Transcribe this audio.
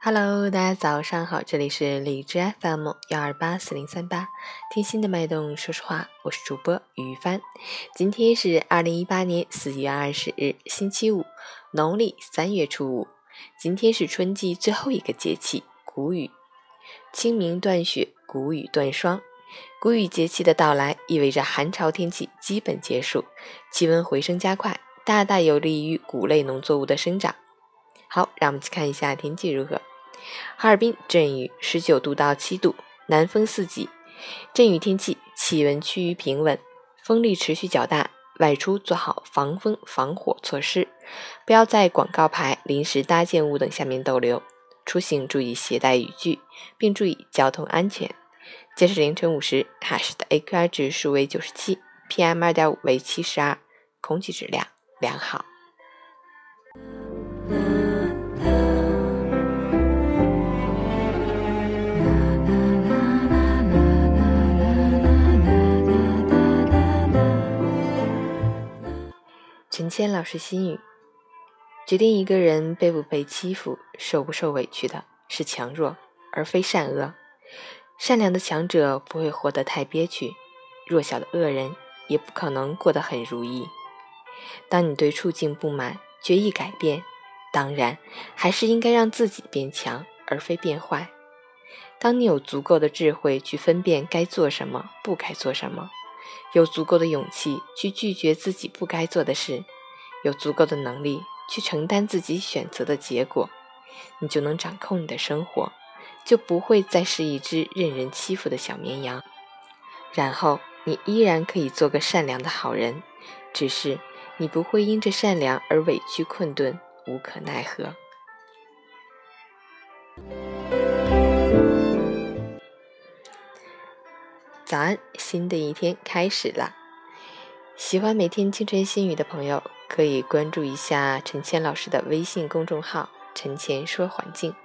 Hello， 大家早上好，这里是荔枝 FM1284038，听心的脉动，说实话，我是主播于帆。今天是2018年4月20日，星期五，农历3月初五。今天是春季最后一个节气谷雨，清明断雪，谷雨断霜。谷雨节气的到来，意味着寒潮天气基本结束，气温回升加快，大大有利于谷类农作物的生长。好，让我们去看一下天气如何。哈尔滨阵雨，19度到7度，南风4级。阵雨天气，气温趋于平稳，风力持续较大，外出做好防风防火措施，不要在广告牌、临时搭建物等下面逗留。出行注意携带雨具，并注意交通安全。截至凌晨5时，哈市的 AQI 指数为97， PM2.5 为72，空气质量良好。陈谦老师心语：决定一个人被不被欺负、受不受委屈的是强弱，而非善恶。善良的强者不会活得太憋屈，弱小的恶人也不可能过得很如意。当你对处境不满，决意改变，当然还是应该让自己变强，而非变坏。当你有足够的智慧去分辨该做什么，不该做什么，有足够的勇气去拒绝自己不该做的事，有足够的能力去承担自己选择的结果，你就能掌控你的生活，就不会再是一只任人欺负的小绵羊。然后你依然可以做个善良的好人，只是你不会因着善良而委屈困顿，无可奈何。早安，新的一天开始了。喜欢每天清晨心语的朋友，可以关注一下陈谦老师的微信公众号陈谦说环境。